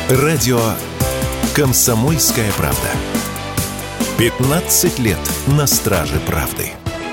Радио «Комсомольская правда». 15 лет на страже правды.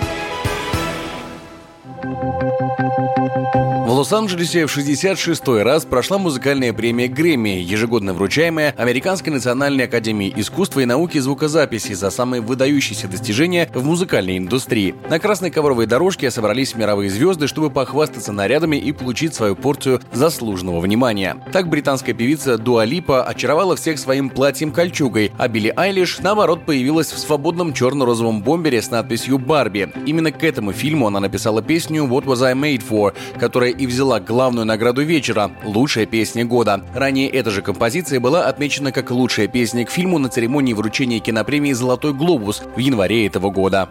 В Лос-Анджелесе в 66-й раз прошла музыкальная премия Грэмми, ежегодно вручаемая Американской национальной академией искусства и науки звукозаписи за самые выдающиеся достижения в музыкальной индустрии. На красной ковровой дорожке собрались мировые звезды, чтобы похвастаться нарядами и получить свою порцию заслуженного внимания. Так британская певица Дуа Липа очаровала всех своим платьем-кольчугой, а Билли Айлиш, наоборот, появилась в свободном черно-розовом бомбере с надписью «Барби». Именно к этому фильму она написала песню «What Was I Made For», которая и взяла главную награду вечера – «Лучшая песня года». Ранее эта же композиция была отмечена как лучшая песня к фильму на церемонии вручения кинопремии «Золотой глобус» в январе этого года.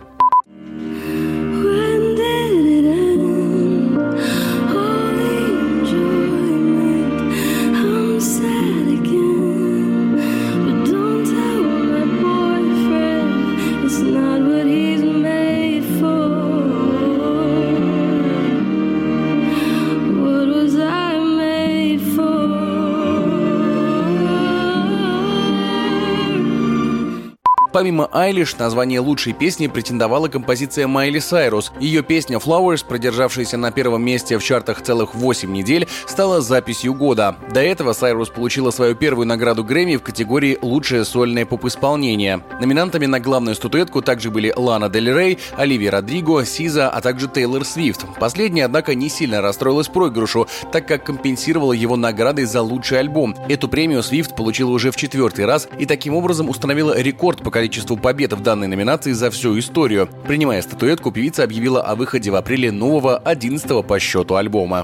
Помимо Айлиш, на звание лучшей песни претендовала композиция Майли Сайрус. Ее песня «Flowers», продержавшаяся на первом месте в чартах целых 8 недель, стала записью года. До этого Сайрус получила свою первую награду Грэмми в категории «Лучшее сольное поп-исполнение». Номинантами на главную статуэтку также были Лана Дель Рей, Оливия Родриго, Сиза, а также Тейлор Свифт. Последняя, однако, не сильно расстроилась проигрышу, так как компенсировала его наградой за лучший альбом. Эту премию Свифт получила уже в 4-й раз и таким образом установила рекорд по количеству побед в данной номинации за всю историю. Принимая статуэтку, певица объявила о выходе в апреле нового 11-го по счету альбома.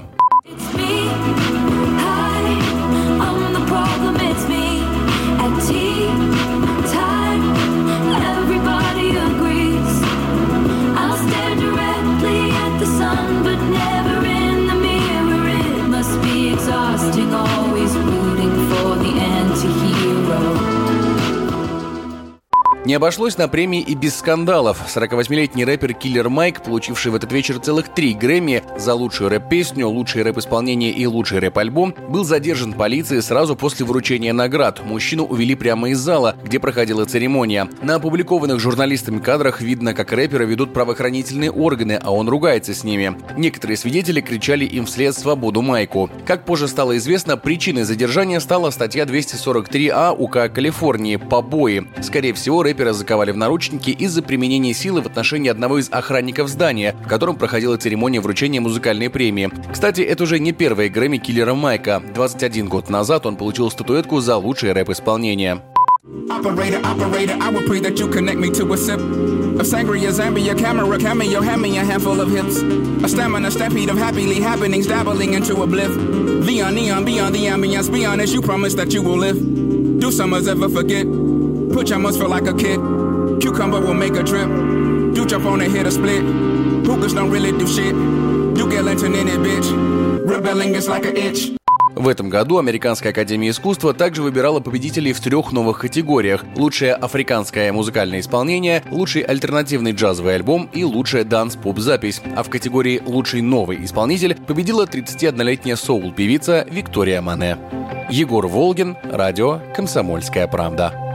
Не обошлось на премии и без скандалов. 48-летний рэпер Killer Mike, получивший в этот вечер целых 3 Грэмми за лучшую рэп-песню, лучшее рэп-исполнение и лучший рэп-альбом, был задержан полицией сразу после вручения наград. Мужчину увели прямо из зала, где проходила церемония. На опубликованных журналистами кадрах видно, как рэпера ведут правоохранительные органы, а он ругается с ними. Некоторые свидетели кричали им вслед «Свободу Майку». Как позже стало известно, причиной задержания стала статья 243А УК Калифорнии «Побои». Скорее всего, рэпера заковали в наручники из-за применения силы в отношении одного из охранников здания, в котором проходила церемония вручения музыкальной премии. Кстати, это уже не первая Грэмми Киллера Майка. 21 год назад он получил статуэтку за лучшее рэп-исполнение. Operator, I would pray that you connect me to a sip of sangria, Zambia, camera, cameo, hand me a handful of hips. A stamina, stampede of happily happenings, dabbling into a bliff. Neon, beyond the ambience, be honest, you promise that you will live. Do summers ever forget? Put your must feel like a kid. Cucumber will make a trip. Do jump on and hit a split. Hookers don't really do shit. You get lantern in it, bitch. Rebelling is like an itch. В этом году Американская академия искусства также выбирала победителей в 3 новых категориях: лучшее африканское музыкальное исполнение, лучший альтернативный джазовый альбом и лучшая данс-поп-запись. А в категории «Лучший новый исполнитель» победила 31-летняя соул-певица Виктория Моне. Егор Волгин, радио «Комсомольская правда».